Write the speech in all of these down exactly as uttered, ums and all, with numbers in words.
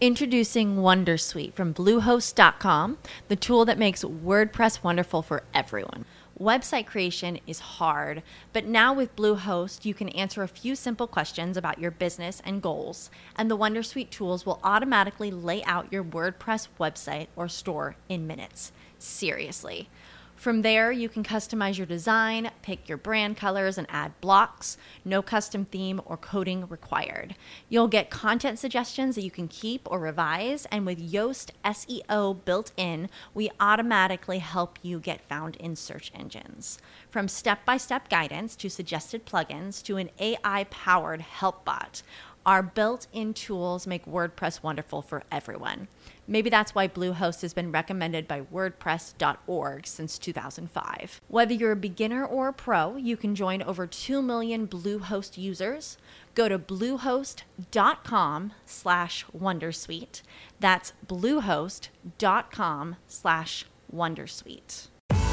Introducing Wondersuite from Bluehost dot com, the tool that makes WordPress wonderful for everyone. Website creation is hard, but now with Bluehost, you can answer a few simple questions about your business and goals, and the Wondersuite tools will automatically lay out your WordPress website or store in minutes. Seriously. From there, you can customize your design, pick your brand colors, and add blocks. No custom theme or coding required. You'll get content suggestions that you can keep or revise, and with Yoast S E O built in, we automatically help you get found in search engines. From step-by-step guidance to suggested plugins to an A I-powered help bot, our built-in tools make WordPress wonderful for everyone. Maybe that's why Bluehost has been recommended by WordPress dot org since two thousand five. Whether you're a beginner or a pro, you can join over two million Bluehost users. Go to bluehost dot com slash wondersuite. That's bluehost dot com slash wondersuite.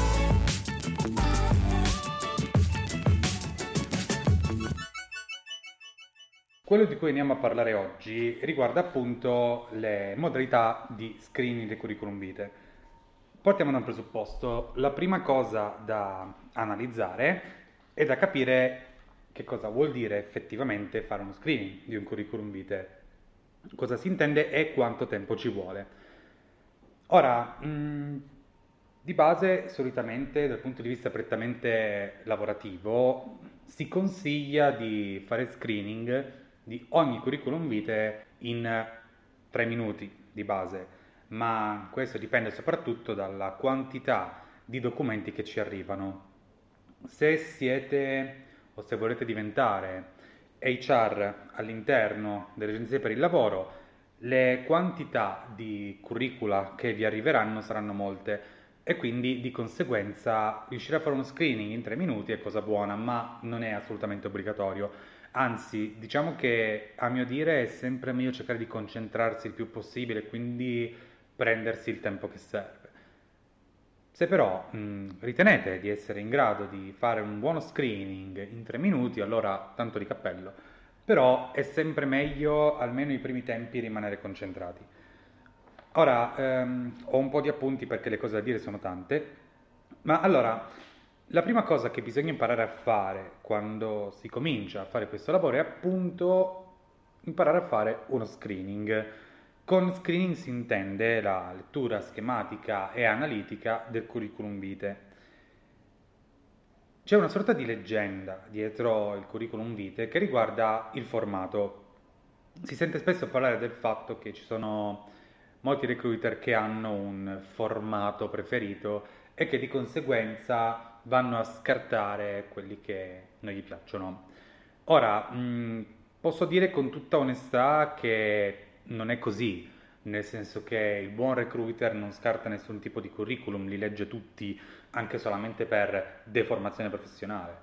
Quello di cui andiamo a parlare oggi riguarda appunto le modalità di screening dei curriculum vitae. Partiamo da un presupposto. La prima cosa da analizzare è da capire che cosa vuol dire effettivamente fare uno screening di un curriculum vitae. Cosa si intende e quanto tempo ci vuole. Ora, mh, di base, solitamente dal punto di vista prettamente lavorativo, si consiglia di fare screening di ogni curriculum vitae in tre minuti di base, ma questo dipende soprattutto dalla quantità di documenti che ci arrivano. Se siete o se volete diventare H R all'interno delle agenzie per il lavoro, le quantità di curricula che vi arriveranno saranno molte e quindi di conseguenza riuscire a fare uno screening in tre minuti è cosa buona, ma non è assolutamente obbligatorio. Anzi, diciamo che a mio dire è sempre meglio cercare di concentrarsi il più possibile, quindi prendersi il tempo che serve. Se però mh, ritenete di essere in grado di fare un buono screening in tre minuti, allora tanto di cappello, però è sempre meglio, almeno i primi tempi, rimanere concentrati. Ora, ehm, ho un po' di appunti perché le cose da dire sono tante, ma allora... La prima cosa che bisogna imparare a fare quando si comincia a fare questo lavoro è appunto imparare a fare uno screening. Con screening si intende la lettura schematica e analitica del curriculum vitae. C'è una sorta di leggenda dietro il curriculum vitae che riguarda il formato. Si sente spesso parlare del fatto che ci sono molti recruiter che hanno un formato preferito e che di conseguenza vanno a scartare quelli che non gli piacciono. Ora, mh, posso dire con tutta onestà che non è così, nel senso che il buon recruiter non scarta nessun tipo di curriculum, li legge tutti anche solamente per deformazione professionale.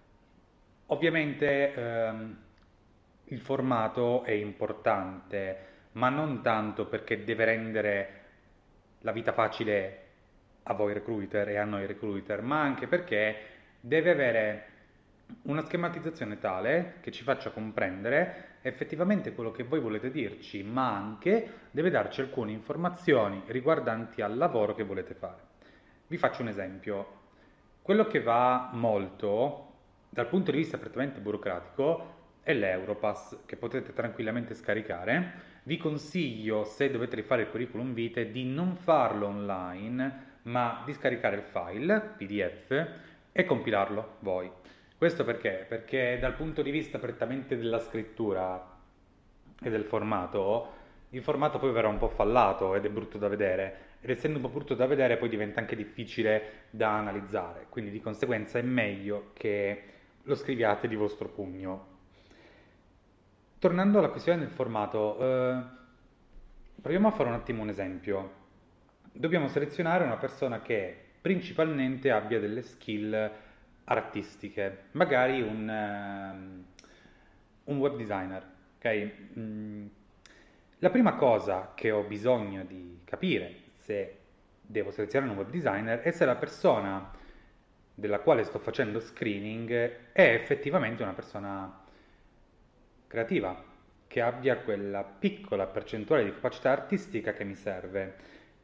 Ovviamente ehm, il formato è importante, ma non tanto perché deve rendere la vita facile a voi recruiter e a noi recruiter, ma anche perché deve avere una schematizzazione tale che ci faccia comprendere effettivamente quello che voi volete dirci, ma anche deve darci alcune informazioni riguardanti al lavoro che volete fare. Vi faccio un esempio. Quello che va molto dal punto di vista prettamente burocratico è l'Europass, che potete tranquillamente scaricare. Vi consiglio, se dovete rifare il curriculum vitae, di non farlo online, ma di scaricare il file P D F e compilarlo voi. Questo perché? Perché dal punto di vista prettamente della scrittura e del formato, il formato poi verrà un po' fallato ed è brutto da vedere, ed essendo un po' brutto da vedere poi diventa anche difficile da analizzare, quindi di conseguenza è meglio che lo scriviate di vostro pugno. Tornando alla questione del formato, eh, proviamo a fare un attimo un esempio. Dobbiamo selezionare una persona che principalmente abbia delle skill artistiche, magari un, ehm, un web designer, ok? Mm, La prima cosa che ho bisogno di capire se devo selezionare un web designer è se la persona della quale sto facendo screening è effettivamente una persona creativa, che abbia quella piccola percentuale di capacità artistica che mi serve.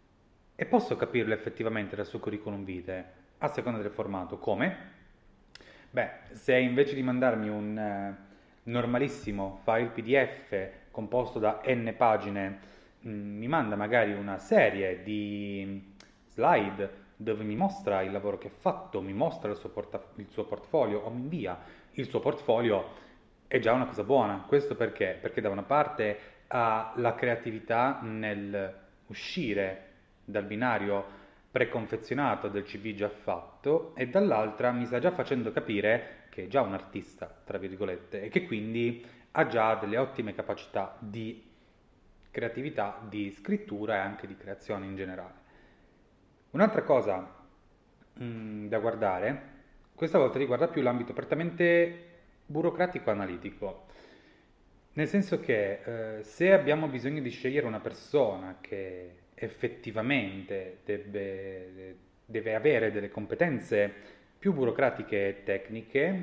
E posso capirlo effettivamente dal suo curriculum vitae, a seconda del formato. Come? Beh, se invece di mandarmi un eh, normalissimo file P D F composto da n pagine, mh, mi manda magari una serie di slide dove mi mostra il lavoro che ha fatto, mi mostra il suo, porta- il suo portfolio o mi invia il suo portfolio, è già una cosa buona. Questo perché? Perché da una parte ha la creatività nel uscire dal binario preconfezionato del C V già fatto e dall'altra mi sta già facendo capire che è già un artista, tra virgolette, e che quindi ha già delle ottime capacità di creatività, di scrittura e anche di creazione in generale. Un'altra cosa mm, da guardare, questa volta riguarda più l'ambito prettamente burocratico-analitico, nel senso che eh, se abbiamo bisogno di scegliere una persona che effettivamente deve, deve avere delle competenze più burocratiche e tecniche,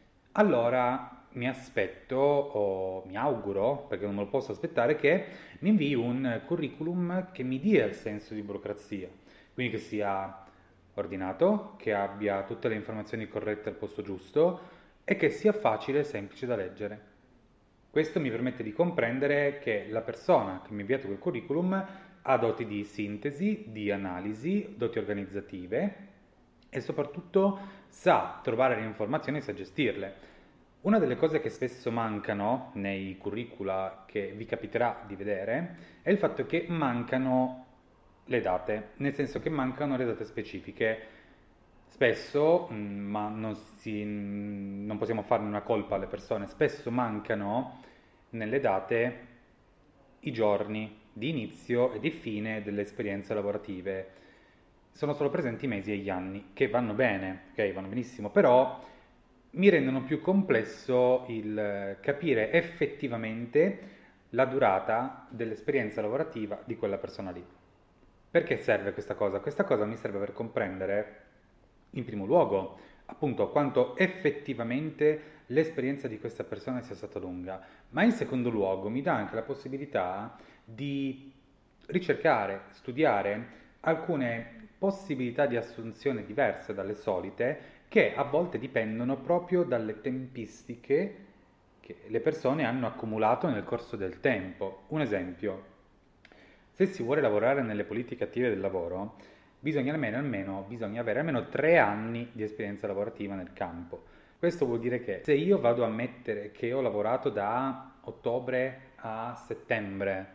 allora mi aspetto o mi auguro, perché non me lo posso aspettare, che mi invii un curriculum che mi dia il senso di burocrazia, quindi che sia ordinato, che abbia tutte le informazioni corrette al posto giusto e che sia facile e semplice da leggere. Questo mi permette di comprendere che la persona che mi ha inviato quel curriculum ha doti di sintesi, di analisi, doti organizzative e soprattutto sa trovare le informazioni e sa gestirle. Una delle cose che spesso mancano nei curricula che vi capiterà di vedere è il fatto che mancano le date, nel senso che mancano le date specifiche. Spesso, mh, ma non, si- non possiamo farne una colpa alle persone, spesso mancano nelle date i giorni di inizio e di fine delle esperienze lavorative. Sono solo presenti i mesi e gli anni, che vanno bene, ok, vanno benissimo, però mi rendono più complesso il capire effettivamente la durata dell'esperienza lavorativa di quella persona lì. Perché serve questa cosa? Questa cosa mi serve per comprendere, in primo luogo, appunto, quanto effettivamente l'esperienza di questa persona sia stata lunga, ma in secondo luogo mi dà anche la possibilità di ricercare, studiare alcune possibilità di assunzione diverse dalle solite che a volte dipendono proprio dalle tempistiche che le persone hanno accumulato nel corso del tempo. Un esempio, se si vuole lavorare nelle politiche attive del lavoro, bisogna almeno, almeno, bisogna avere almeno tre anni di esperienza lavorativa nel campo. Questo vuol dire che se io vado a mettere che ho lavorato da ottobre a settembre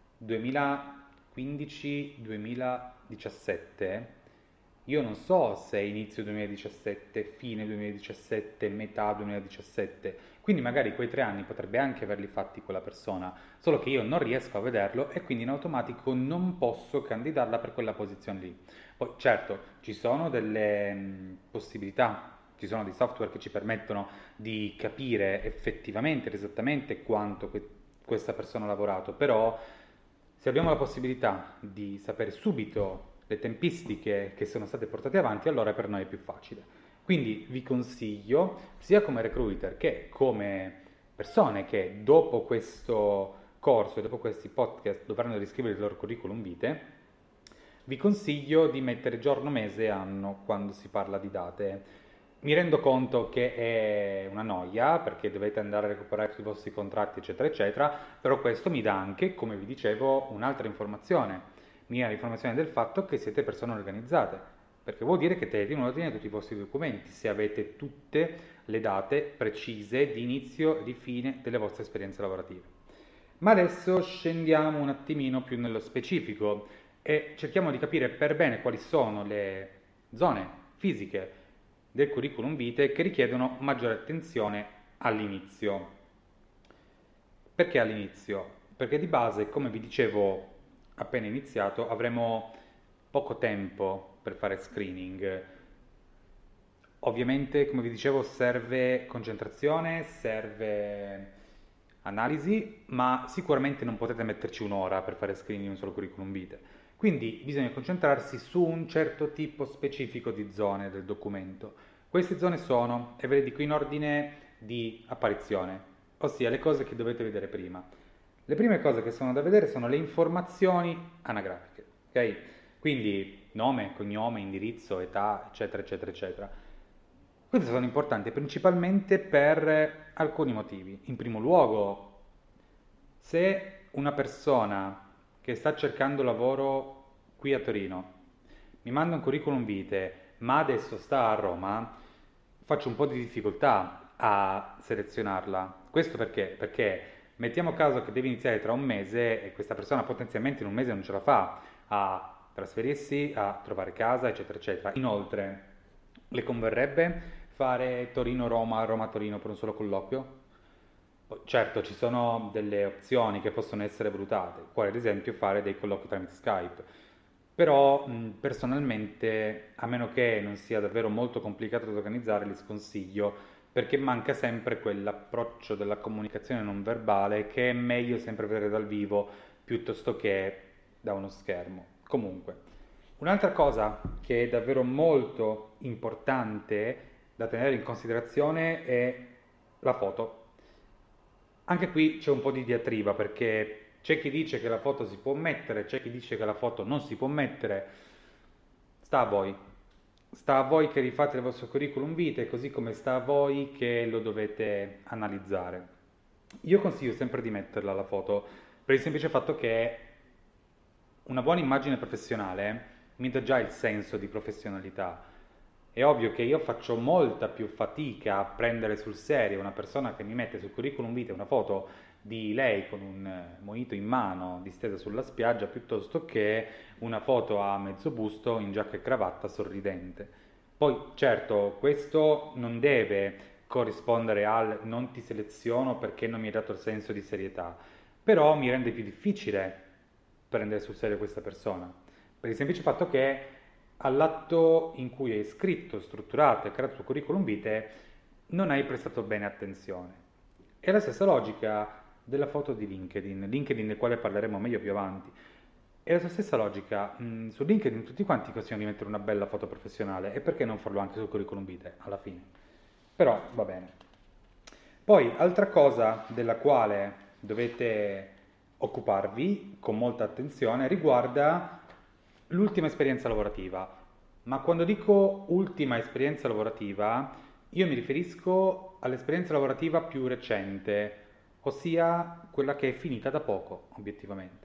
duemilaquindici-duemiladiciassette, io non so se è inizio duemiladiciassette, fine duemiladiciassette, metà duemiladiciassette, quindi magari quei tre anni potrebbe anche averli fatti quella persona, solo che io non riesco a vederlo e quindi in automatico non posso candidarla per quella posizione lì. Poi certo, ci sono delle mh, possibilità, ci sono dei software che ci permettono di capire effettivamente, ed esattamente quanto que- questa persona ha lavorato, però se abbiamo la possibilità di sapere subito le tempistiche che sono state portate avanti, allora per noi è più facile. Quindi vi consiglio, sia come recruiter che come persone che dopo questo corso e dopo questi podcast dovranno riscrivere il loro curriculum vitae, vi consiglio di mettere giorno, mese e anno quando si parla di date. Mi rendo conto che è una noia perché dovete andare a recuperare i vostri contratti, eccetera, eccetera, però questo mi dà anche, come vi dicevo, un'altra informazione. Mi dà l'informazione del fatto che siete persone organizzate, perché vuol dire che tenete in ordine tutti i vostri documenti, se avete tutte le date precise di inizio e di fine delle vostre esperienze lavorative. Ma adesso scendiamo un attimino più nello specifico e cerchiamo di capire per bene quali sono le zone fisiche del curriculum vitae che richiedono maggiore attenzione all'inizio. Perché all'inizio? Perché di base, come vi dicevo appena iniziato, avremo poco tempo per fare screening. Ovviamente, come vi dicevo, serve concentrazione, serve analisi, ma sicuramente non potete metterci un'ora per fare screening in un solo curriculum vitae. Quindi bisogna concentrarsi su un certo tipo specifico di zone del documento. Queste zone sono, e ve le dico in ordine di apparizione, ossia le cose che dovete vedere prima. Le prime cose che sono da vedere sono le informazioni anagrafiche, ok? Quindi nome, cognome, indirizzo, età, eccetera, eccetera, eccetera. Queste sono importanti principalmente per alcuni motivi. In primo luogo, se una persona che sta cercando lavoro qui a Torino mi manda un curriculum vitae, ma adesso sta a Roma, faccio un po' di difficoltà a selezionarla. Questo perché? Perché mettiamo caso che devi iniziare tra un mese e questa persona potenzialmente in un mese non ce la fa a trasferirsi, a trovare casa, eccetera, eccetera. Inoltre, le converrebbe fare Torino-Roma, Roma-Torino per un solo colloquio? Poi, certo, ci sono delle opzioni che possono essere valutate, quale ad esempio fare dei colloqui tramite Skype. Però mh, personalmente, a meno che non sia davvero molto complicato da organizzare, li sconsiglio perché manca sempre quell'approccio della comunicazione non verbale che è meglio sempre vedere dal vivo piuttosto che da uno schermo. Comunque, un'altra cosa che è davvero molto importante da tenere in considerazione è la foto. Anche qui c'è un po' di diatriba perché c'è chi dice che la foto si può mettere, c'è chi dice che la foto non si può mettere. Sta a voi. Sta a voi che rifate il vostro curriculum vitae, così come sta a voi che lo dovete analizzare. Io consiglio sempre di metterla la foto per il semplice fatto che una buona immagine professionale mi dà già il senso di professionalità. È ovvio che io faccio molta più fatica a prendere sul serio una persona che mi mette sul curriculum vitae una foto di lei con un eh, mojito in mano distesa sulla spiaggia piuttosto che una foto a mezzo busto in giacca e cravatta sorridente. Poi certo, questo non deve corrispondere al non ti seleziono perché non mi hai dato il senso di serietà, però mi rende più difficile prendere sul serio questa persona, per il semplice fatto che all'atto in cui hai scritto, strutturato e creato il tuo curriculum vitae non hai prestato bene attenzione. È la stessa logica della foto di LinkedIn, LinkedIn del quale parleremo meglio più avanti. È la sua stessa logica, mm, su LinkedIn tutti quanti consigliano di mettere una bella foto professionale e perché non farlo anche sul curriculum vitae alla fine? Però va bene. Poi, altra cosa della quale dovete occuparvi con molta attenzione riguarda l'ultima esperienza lavorativa. Ma quando dico ultima esperienza lavorativa, io mi riferisco all'esperienza lavorativa più recente, ossia quella che è finita da poco, obiettivamente.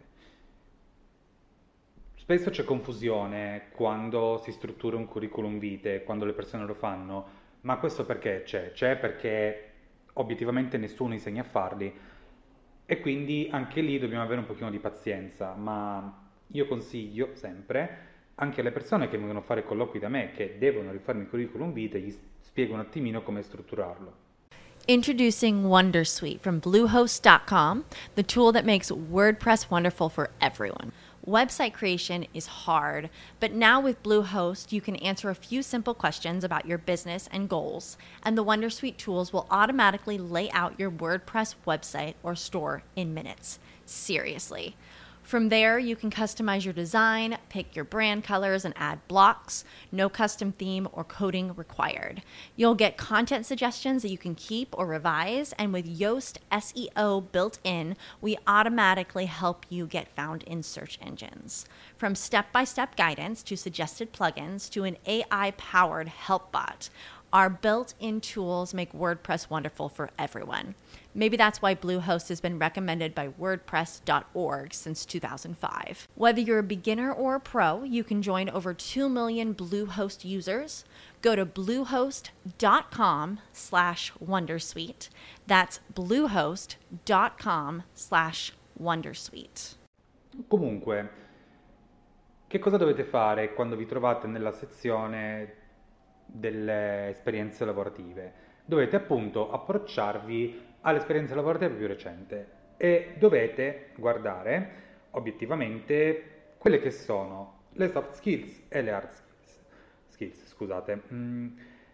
Spesso c'è confusione quando si struttura un curriculum vitae, quando le persone lo fanno, ma questo perché c'è? C'è perché obiettivamente nessuno insegna a farli e quindi anche lì dobbiamo avere un pochino di pazienza, ma io consiglio sempre anche alle persone che vengono a fare colloqui da me, che devono rifarmi il curriculum vitae, gli spiego un attimino come strutturarlo. Introducing Wondersuite from Bluehost dot com, the tool that makes WordPress wonderful for everyone. Website creation is hard, but now with Bluehost, you can answer a few simple questions about your business and goals, and the Wondersuite tools will automatically lay out your WordPress website or store in minutes. Seriously. From there, you can customize your design, pick your brand colors, and add blocks. No custom theme or coding required. You'll get content suggestions that you can keep or revise, and with Yoast S E O built in, we automatically help you get found in search engines. From step-by-step guidance to suggested plugins to an A I-powered help bot, our built-in tools make WordPress wonderful for everyone. Maybe that's why Bluehost has been recommended by WordPress dot org since two thousand five. Whether you're a beginner or a pro, you can join over two million Bluehost users. Go to bluehost dot com slash wondersuite. That's bluehost dot com slash wondersuite. Comunque, che cosa dovete fare quando vi trovate nella sezione delle esperienze lavorative? Dovete appunto approcciarvi all'esperienza lavorativa più recente e dovete guardare obiettivamente quelle che sono le soft skills e le hard skills. skills scusate. Mm,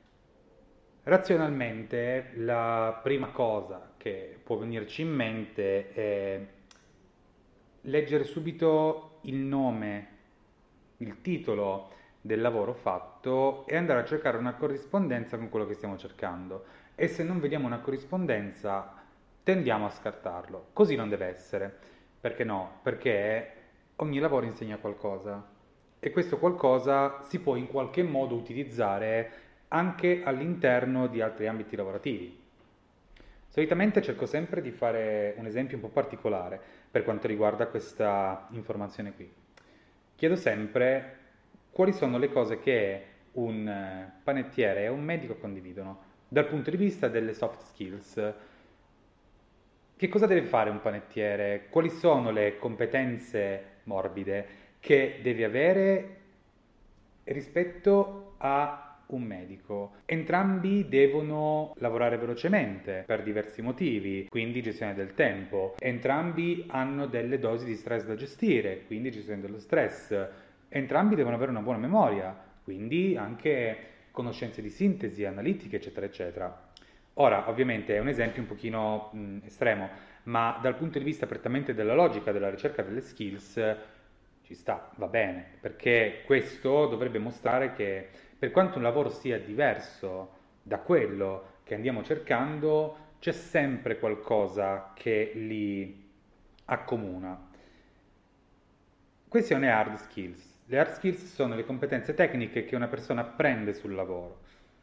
razionalmente la prima cosa che può venirci in mente è leggere subito il nome, il titolo del lavoro fatto e andare a cercare una corrispondenza con quello che stiamo cercando. E se non vediamo una corrispondenza, tendiamo a scartarlo. Così non deve essere. Perché no? Perché ogni lavoro insegna qualcosa e questo qualcosa si può in qualche modo utilizzare anche all'interno di altri ambiti lavorativi. Solitamente cerco sempre di fare un esempio un po' particolare per quanto riguarda questa informazione qui. Chiedo sempre quali sono le cose che un eh, panettiere e un medico condividono dal punto di vista delle soft skills. Che cosa deve fare un panettiere? Quali sono le competenze morbide che deve avere rispetto a un medico? Entrambi devono lavorare velocemente per diversi motivi, quindi gestione del tempo. Entrambi hanno delle dosi di stress da gestire, quindi gestione dello stress. Entrambi devono avere una buona memoria, quindi anche conoscenze di sintesi, analitiche, eccetera, eccetera. Ora, ovviamente è un esempio un pochino mh, estremo, ma dal punto di vista prettamente della logica della ricerca delle skills eh, ci sta, va bene, perché questo dovrebbe mostrare che per quanto un lavoro sia diverso da quello che andiamo cercando, c'è sempre qualcosa che li accomuna. Queste sono le hard skills. Le hard skills sono le competenze tecniche che una persona apprende sul lavoro.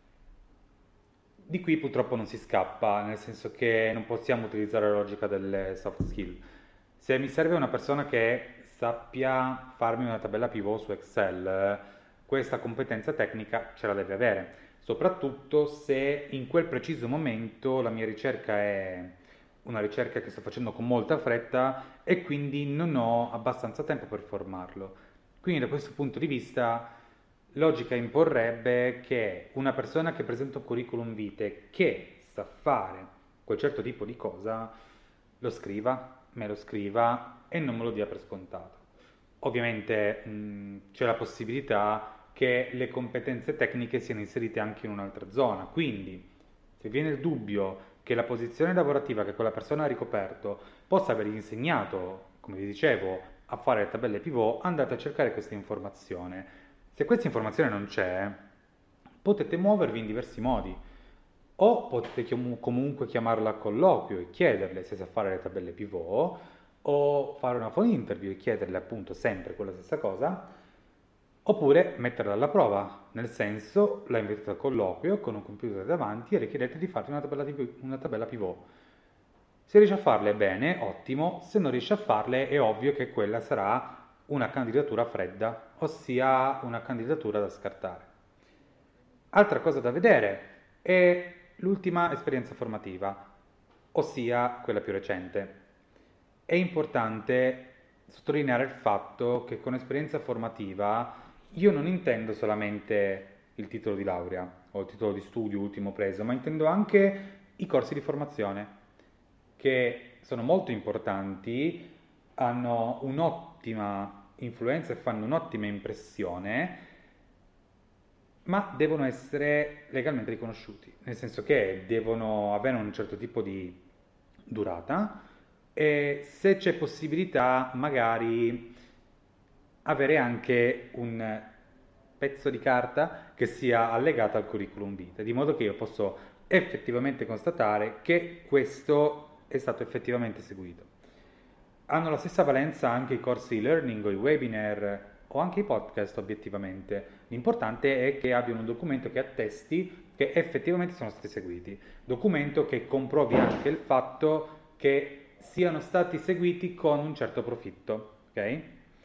Di qui purtroppo non si scappa, nel senso che non possiamo utilizzare la logica delle soft skill. Se mi serve una persona che sappia farmi una tabella pivot su Excel, questa competenza tecnica ce la deve avere, soprattutto se in quel preciso momento la mia ricerca è una ricerca che sto facendo con molta fretta e quindi non ho abbastanza tempo per formarlo. Quindi da questo punto di vista logica imporrebbe che una persona che presenta un curriculum vitae che sa fare quel certo tipo di cosa lo scriva, me lo scriva e non me lo dia per scontato. Ovviamente mh, c'è la possibilità che le competenze tecniche siano inserite anche in un'altra zona, quindi se viene il dubbio che la posizione lavorativa che quella persona ha ricoperto possa avergli insegnato, come vi dicevo, a fare le tabelle pivot, andate a cercare questa informazione. Se questa informazione non c'è, potete muovervi in diversi modi. O potete chiam- comunque chiamarla a colloquio e chiederle se sa fare le tabelle pivot, o fare una phone interview e chiederle appunto sempre quella stessa cosa, oppure metterla alla prova, nel senso la invitate al colloquio con un computer davanti e le chiedete di farti una tabella, di- una tabella pivot. Se riesce a farle bene, ottimo, se non riesce a farle è ovvio che quella sarà una candidatura fredda, ossia una candidatura da scartare. Altra cosa da vedere è l'ultima esperienza formativa, ossia quella più recente. È importante sottolineare il fatto che con esperienza formativa io non intendo solamente il titolo di laurea o il titolo di studio ultimo preso, ma intendo anche i corsi di formazione, che sono molto importanti, hanno un'ottima influenza e fanno un'ottima impressione, ma devono essere legalmente riconosciuti, nel senso che devono avere un certo tipo di durata e se c'è possibilità magari avere anche un pezzo di carta che sia allegato al curriculum vitae, di modo che io posso effettivamente constatare che questo è stato effettivamente seguito. Hanno la stessa valenza anche i corsi e-learning o i webinar o anche i podcast obiettivamente. L'importante è che abbiano un documento che attesti che effettivamente sono stati seguiti. Documento che comprovi anche il fatto che siano stati seguiti con un certo profitto. Ok?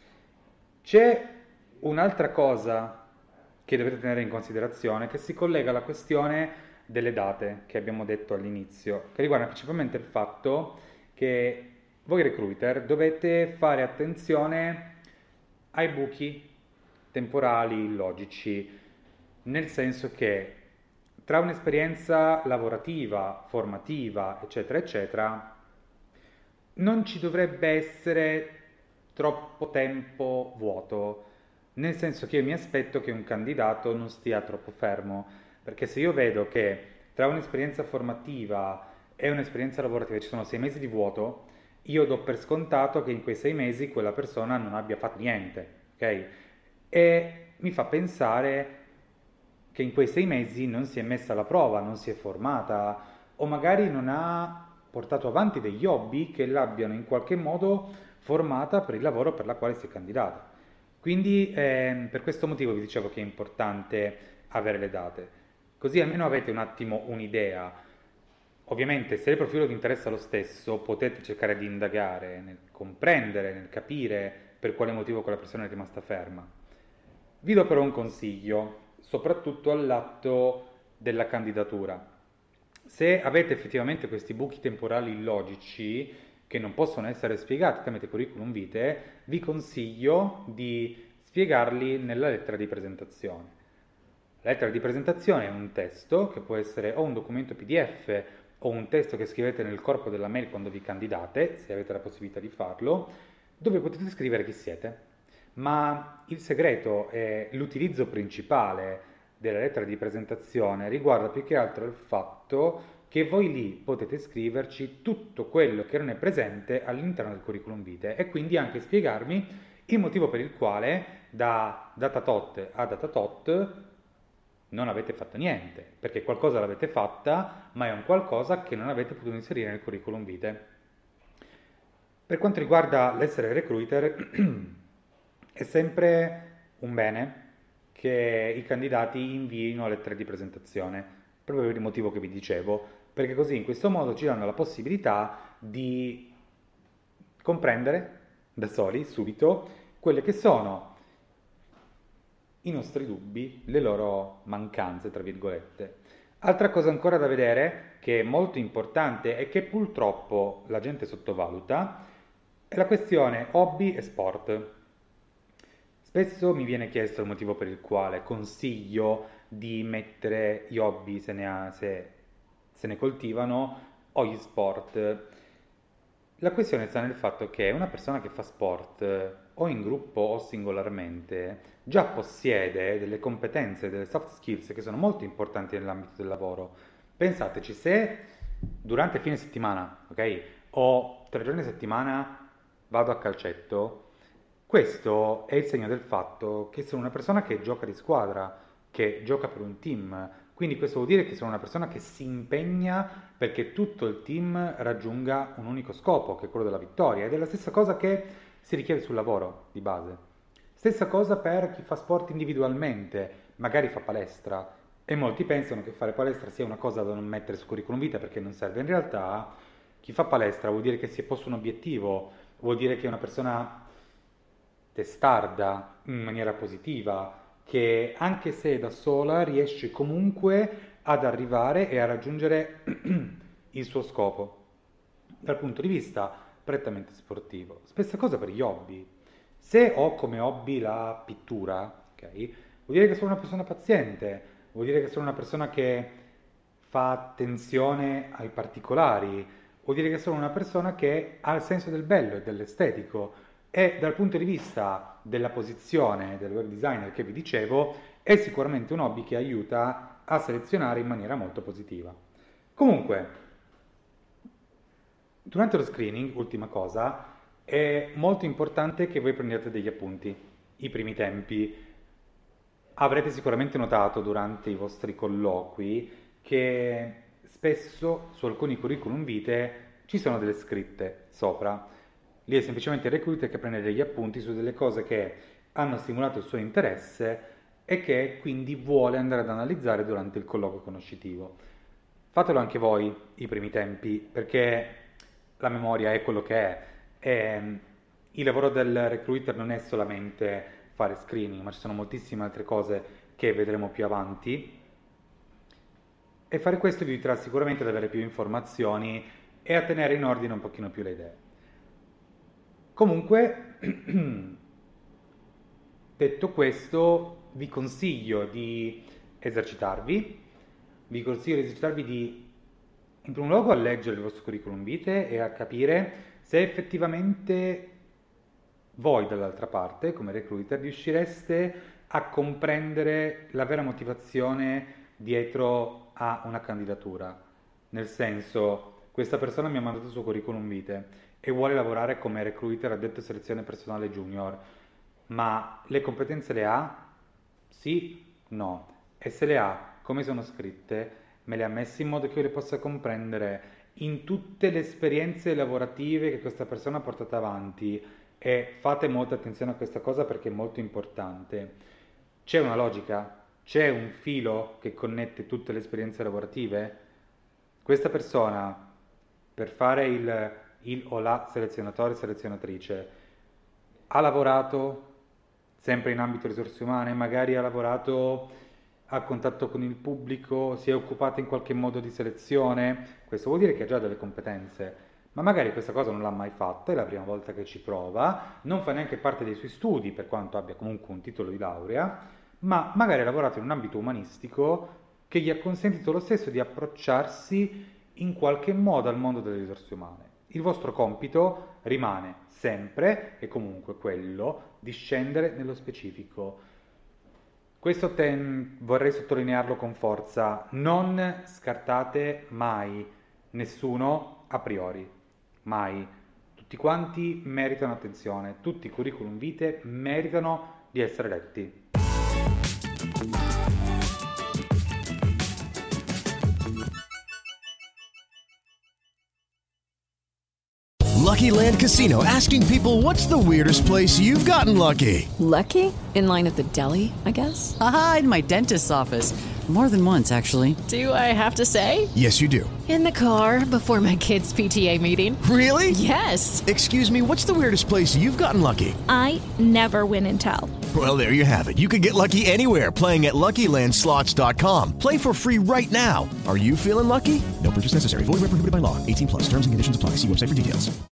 C'è un'altra cosa che dovete tenere in considerazione che si collega alla questione delle date che abbiamo detto all'inizio, che riguarda principalmente il fatto che voi recruiter dovete fare attenzione ai buchi temporali logici, nel senso che tra un'esperienza lavorativa, formativa, eccetera, eccetera, non ci dovrebbe essere troppo tempo vuoto, nel senso che io mi aspetto che un candidato non stia troppo fermo, perché se io vedo che tra un'esperienza formativa e un'esperienza lavorativa ci sono sei mesi di vuoto, io do per scontato che in quei sei mesi quella persona non abbia fatto niente, ok? E mi fa pensare che in quei sei mesi non si è messa alla prova, non si è formata o magari non ha portato avanti degli hobby che l'abbiano in qualche modo formata per il lavoro per la quale si è candidata. Quindi ehm, per questo motivo vi dicevo che è importante avere le date, così almeno avete un attimo un'idea. Ovviamente se il profilo vi interessa lo stesso potete cercare di indagare, nel comprendere, nel capire per quale motivo quella persona è rimasta ferma. Vi do però un consiglio, soprattutto all'atto della candidatura. Se avete effettivamente questi buchi temporali illogici che non possono essere spiegati tramite curriculum vitae, vi consiglio di spiegarli nella lettera di presentazione. La lettera di presentazione è un testo che può essere o un documento P D F o un testo che scrivete nel corpo della mail quando vi candidate, se avete la possibilità di farlo, dove potete scrivere chi siete. Ma il segreto e l'utilizzo principale della lettera di presentazione riguarda più che altro il fatto che voi lì potete scriverci tutto quello che non è presente all'interno del curriculum vitae e quindi anche spiegarmi il motivo per il quale da data tot a data tot non avete fatto niente, perché qualcosa l'avete fatta, ma è un qualcosa che non avete potuto inserire nel curriculum vitae. Per quanto riguarda l'essere recruiter, è sempre un bene che i candidati inviino lettere di presentazione, proprio per il motivo che vi dicevo, perché così in questo modo ci danno la possibilità di comprendere da soli, subito, quelle che sono i nostri dubbi, le loro mancanze, tra virgolette. Altra cosa ancora da vedere, che è molto importante e che purtroppo la gente sottovaluta, è la questione hobby e sport. Spesso mi viene chiesto il motivo per il quale consiglio di mettere gli hobby se ne, ha, se, se ne coltivano o gli sport. La questione sta nel fatto che una persona che fa sport o in gruppo o singolarmente già possiede delle competenze, delle soft skills che sono molto importanti nell'ambito del lavoro. Pensateci, se durante il fine settimana, ok, o tre giorni a settimana vado a calcetto, questo è il segno del fatto che sono una persona che gioca di squadra, che gioca per un team. Quindi questo vuol dire che sono una persona che si impegna perché tutto il team raggiunga un unico scopo, che è quello della vittoria. Ed è la stessa cosa che si richiede sul lavoro di base. Stessa cosa per chi fa sport individualmente, magari fa palestra. E molti pensano che fare palestra sia una cosa da non mettere su curriculum vitae perché non serve. In realtà chi fa palestra vuol dire che si è posto un obiettivo, vuol dire che è una persona testarda in maniera positiva, che anche se da sola riesce comunque ad arrivare e a raggiungere il suo scopo dal punto di vista prettamente sportivo. Stessa cosa per gli hobby. Se ho come hobby la pittura, ok, vuol dire che sono una persona paziente, vuol dire che sono una persona che fa attenzione ai particolari, vuol dire che sono una persona che ha il senso del bello e dell'estetico e dal punto di vista della posizione del web designer che vi dicevo è sicuramente un hobby che aiuta a selezionare in maniera molto positiva. Comunque, durante lo screening, ultima cosa, è molto importante che voi prendiate degli appunti, i primi tempi. Avrete sicuramente notato durante i vostri colloqui che spesso su alcuni curriculum vitae ci sono delle scritte sopra. Lì è semplicemente il recruiter che prende degli appunti su delle cose che hanno stimolato il suo interesse e che quindi vuole andare ad analizzare durante il colloquio conoscitivo. Fatelo anche voi i primi tempi, perché la memoria è quello che è. E il lavoro del recruiter non è solamente fare screening, ma ci sono moltissime altre cose che vedremo più avanti. E fare questo vi aiuterà sicuramente ad avere più informazioni e a tenere in ordine un pochino più le idee. Comunque, detto questo, vi consiglio di esercitarvi, vi consiglio di esercitarvi di, in primo luogo, a leggere il vostro curriculum vitae e a capire se effettivamente voi dall'altra parte, come recruiter, riuscireste a comprendere la vera motivazione dietro a una candidatura. Nel senso, questa persona mi ha mandato il suo curriculum vitae e vuole lavorare come recruiter addetto a selezione personale junior, ma le competenze le ha? Sì? No. E se le ha, come sono scritte? Me le ha messe in modo che io le possa comprendere in tutte le esperienze lavorative che questa persona ha portato avanti, e fate molta attenzione a questa cosa perché è molto importante, c'è una logica, c'è un filo che connette tutte le esperienze lavorative? Questa persona, per fare il, il o la selezionatore selezionatrice, ha lavorato sempre in ambito risorse umane, magari ha lavorato a contatto con il pubblico, si è occupata in qualche modo di selezione, questo vuol dire che ha già delle competenze, ma magari questa cosa non l'ha mai fatta, è la prima volta che ci prova, non fa neanche parte dei suoi studi, per quanto abbia comunque un titolo di laurea, ma magari ha lavorato in un ambito umanistico che gli ha consentito lo stesso di approcciarsi in qualche modo al mondo delle risorse umane. Il vostro compito rimane sempre e comunque quello di scendere nello specifico. Questo ten- vorrei sottolinearlo con forza, non scartate mai nessuno a priori, mai. Tutti quanti meritano attenzione, tutti i curriculum vitae meritano di essere letti. Lucky Land Casino, asking people, what's the weirdest place you've gotten lucky? Lucky? In line at the deli, I guess? Aha, in my dentist's office. More than once, actually. Do I have to say? Yes, you do. In the car before my kids' P T A meeting. Really? Yes. Excuse me, what's the weirdest place you've gotten lucky? I never win and tell. Well, there you have it. You can get lucky anywhere, playing at Lucky Land Slots dot com. Play for free right now. Are you feeling lucky? No purchase necessary. Void where prohibited by law. eighteen plus. Terms and conditions apply. See website for details.